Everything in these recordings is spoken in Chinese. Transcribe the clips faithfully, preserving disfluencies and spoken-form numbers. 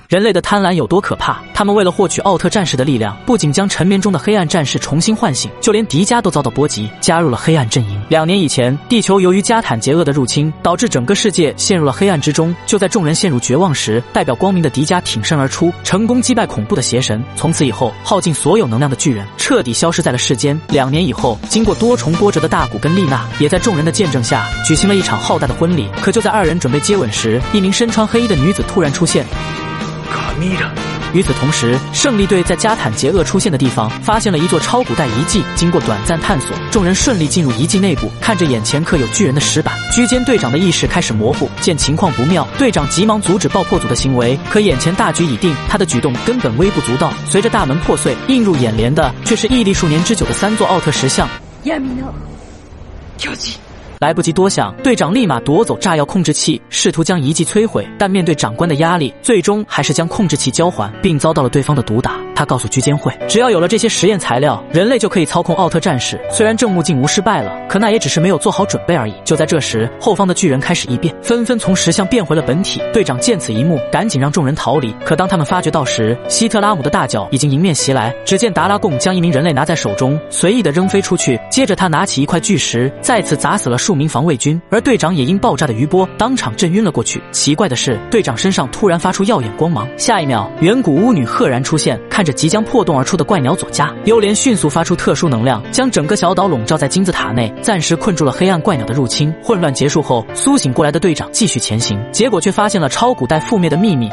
人类的贪婪有多可怕。他们为了获取奥特战士的力量，不仅将沉眠中的黑暗战士重新唤醒，就连迪迦都遭到波及，加入了黑暗阵营。两年以前，地球由于加坦杰厄的入侵，导致整个世界陷入了黑暗之中。就在众人陷入绝望时，代表光明的迪迦挺身而出，成功击败恐怖的邪神。从此以后，耗尽所有能量的巨人彻底消失在了世间。两年以后，经过多重波折的大古跟丽娜，也在众人的见证下举行了一场浩大的婚礼。可就在二人准备接吻时，一名身穿黑衣的女子突然出现。卡米拉。与此同时，胜利队在加坦杰厄出现的地方发现了一座超古代遗迹。经过短暂探索，众人顺利进入遗迹内部，看着眼前刻有巨人的石板，居间队长的意识开始模糊。见情况不妙，队长急忙阻止爆破组的行为，可眼前大局已定，他的举动根本微不足道。随着大门破碎，映入眼帘的却是屹立数年之久的三座奥特石像。来不及多想，队长立马夺走炸药控制器，试图将遗迹摧毁，但面对长官的压力，最终还是将控制器交还，并遭到了对方的毒打。他告诉居监会，只要有了这些实验材料，人类就可以操控奥特战士。虽然正木镜无失败了，可那也只是没有做好准备而已。就在这时，后方的巨人开始异变，纷纷从石像变回了本体。队长见此一幕，赶紧让众人逃离。可当他们发觉到时，希特拉姆的大脚已经迎面袭来。只见达拉贡将一名人类拿在手中，随意的扔飞出去，接着他拿起一块巨石，再次砸死了数名防卫军，而队长也因爆炸的余波当场震晕了过去。奇怪的是，队长身上突然发出耀眼光芒，下一秒，远古巫女赫然出现，看着即将破洞而出的怪鸟佐加，幽莲迅速发出特殊能量，将整个小岛笼罩在金字塔内，暂时困住了黑暗怪鸟的入侵。混乱结束后，苏醒过来的队长继续前行，结果却发现了超古代覆灭的秘密。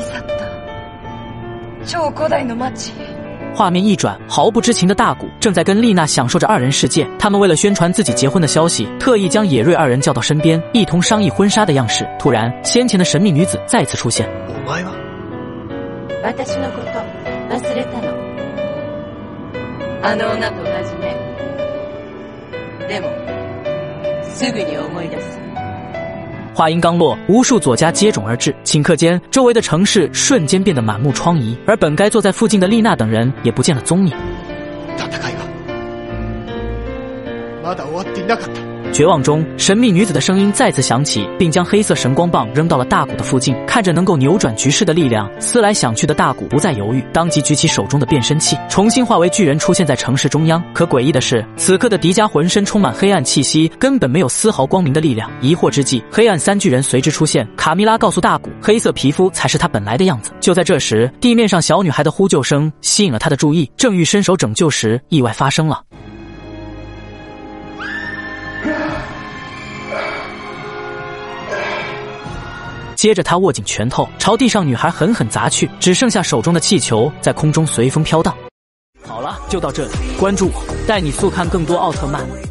画面一转，毫不知情的大古正在跟丽娜享受着二人世界。他们为了宣传自己结婚的消息，特意将野瑞二人叫到身边，一同商议婚纱的样式。突然，先前的神秘女子再次出现。あの女と同じね。でもすぐに思い出す。话音刚落，无数佐加接踵而至，顷刻间，周围的城市瞬间变得满目疮痍，而本该坐在附近的丽娜等人也不见了踪影。戦いはまだ終わっていなかった。绝望中，神秘女子的声音再次响起，并将黑色神光棒扔到了大古的附近。看着能够扭转局势的力量，思来想去的大古不再犹豫，当即举起手中的变身器，重新化为巨人出现在城市中央。可诡异的是，此刻的迪迦浑身充满黑暗气息，根本没有丝毫光明的力量。疑惑之际，黑暗三巨人随之出现。卡米拉告诉大古，黑色皮肤才是他本来的样子。就在这时，地面上小女孩的呼救声吸引了他的注意，正欲伸手拯救时，意外发生了。接着他握紧拳头，朝地上女孩狠狠砸去，只剩下手中的气球在空中随风飘荡。好了，就到这里，关注我，带你速看更多奥特曼。